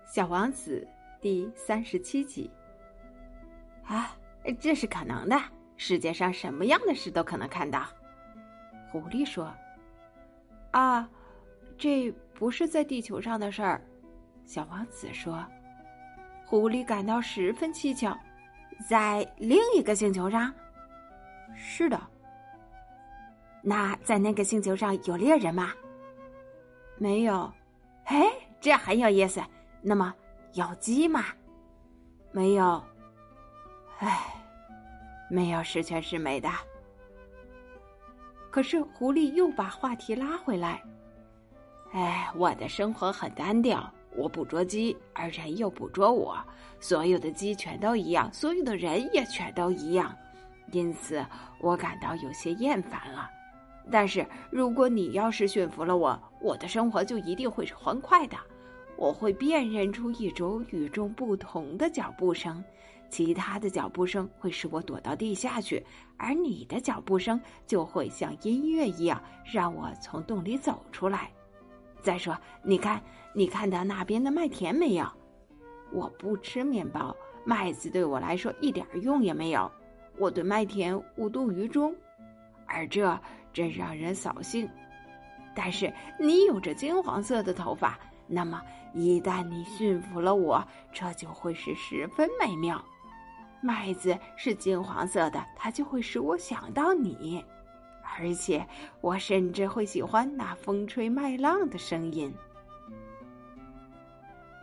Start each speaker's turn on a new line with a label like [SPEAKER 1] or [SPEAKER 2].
[SPEAKER 1] 小王子第37集。啊，这是可能的，世界上什么样的事都可能看到。狐狸说。啊，这不是在地球上的事儿，小王子说。狐狸感到十分蹊跷，在另一个星球上？是的。那在那个星球上有猎人吗？没有。嘿，这很有意思。那么有鸡吗？没有。唉，没有十全十美的。可是狐狸又把话题拉回来。我的生活很单调，我捕捉鸡，而人又捕捉我，所有的鸡全都一样，所有的人也全都一样，因此我感到有些厌烦了。但是如果你要是驯服了我，我的生活就一定会是欢快的。我会辨认出一种与众不同的脚步声，其他的脚步声会使我躲到地下去，而你的脚步声就会像音乐一样让我从洞里走出来。再说，你看到那边的麦田没有？我不吃面包，麦子对我来说一点用也没有，我对麦田无动于衷，而这真让人扫兴。但是你有着金黄色的头发，那么一旦你驯服了我，这就会是十分美妙。麦子是金黄色的，它就会使我想到你，而且我甚至会喜欢那风吹麦浪的声音。